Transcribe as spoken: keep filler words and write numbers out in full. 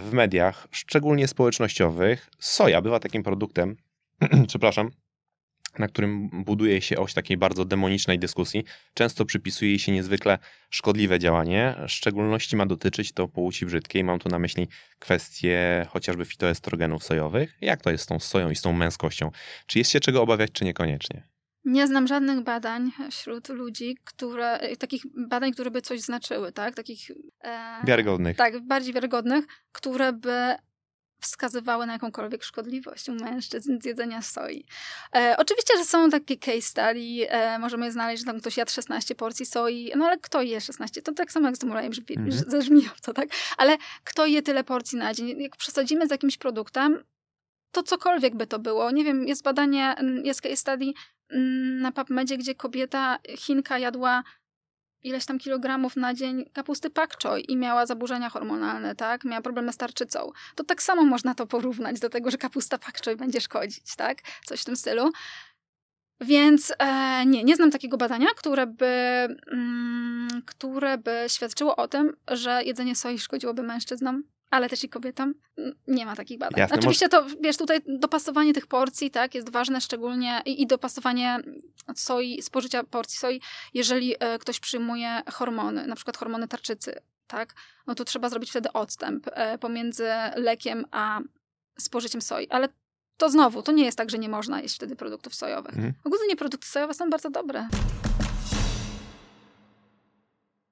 w mediach, szczególnie społecznościowych, soja bywa takim produktem, przepraszam, na którym buduje się oś takiej bardzo demonicznej dyskusji. Często przypisuje jej się niezwykle szkodliwe działanie. W szczególności ma dotyczyć to płci brzydkiej. Mam tu na myśli kwestie chociażby fitoestrogenów sojowych. Jak to jest z tą soją i z tą męskością? Czy jest się czego obawiać, czy niekoniecznie? Nie znam żadnych badań wśród ludzi, które, takich badań, które by coś znaczyły, tak? Takich e, wiarygodnych. Tak, bardziej wiarygodnych, które by wskazywały na jakąkolwiek szkodliwość u mężczyzn z jedzenia soi. E, oczywiście, że są takie case study, e, możemy znaleźć, że tam ktoś jadł szesnaście porcji soi, no ale kto je szesnaście? To tak samo jak z tym olejem mm-hmm. ze żmijowca, tak? Ale kto je tyle porcji na dzień? Jak przesadzimy z jakimś produktem, to cokolwiek by to było. Nie wiem, jest badanie, jest case study na PubMedzie, gdzie kobieta, Chinka, jadła ileś tam kilogramów na dzień kapusty pak choi i miała zaburzenia hormonalne, tak? Miała problemy z tarczycą. To tak samo można to porównać do tego, że kapusta pak choi będzie szkodzić, tak? Coś w tym stylu. Więc e, nie, nie znam takiego badania, które by, mm, które by świadczyło o tym, że jedzenie soi szkodziłoby mężczyznom, ale też i kobietom. Nie ma takich badań. Jasne, Oczywiście to, wiesz, tutaj dopasowanie tych porcji, tak, jest ważne szczególnie i, i dopasowanie soi, spożycia porcji soi, jeżeli e, ktoś przyjmuje hormony, na przykład hormony tarczycy, tak, no to trzeba zrobić wtedy odstęp e, pomiędzy lekiem a spożyciem soi, ale to znowu, to nie jest tak, że nie można jeść wtedy produktów sojowych. Mhm. Ogólnie produkty sojowe są bardzo dobre.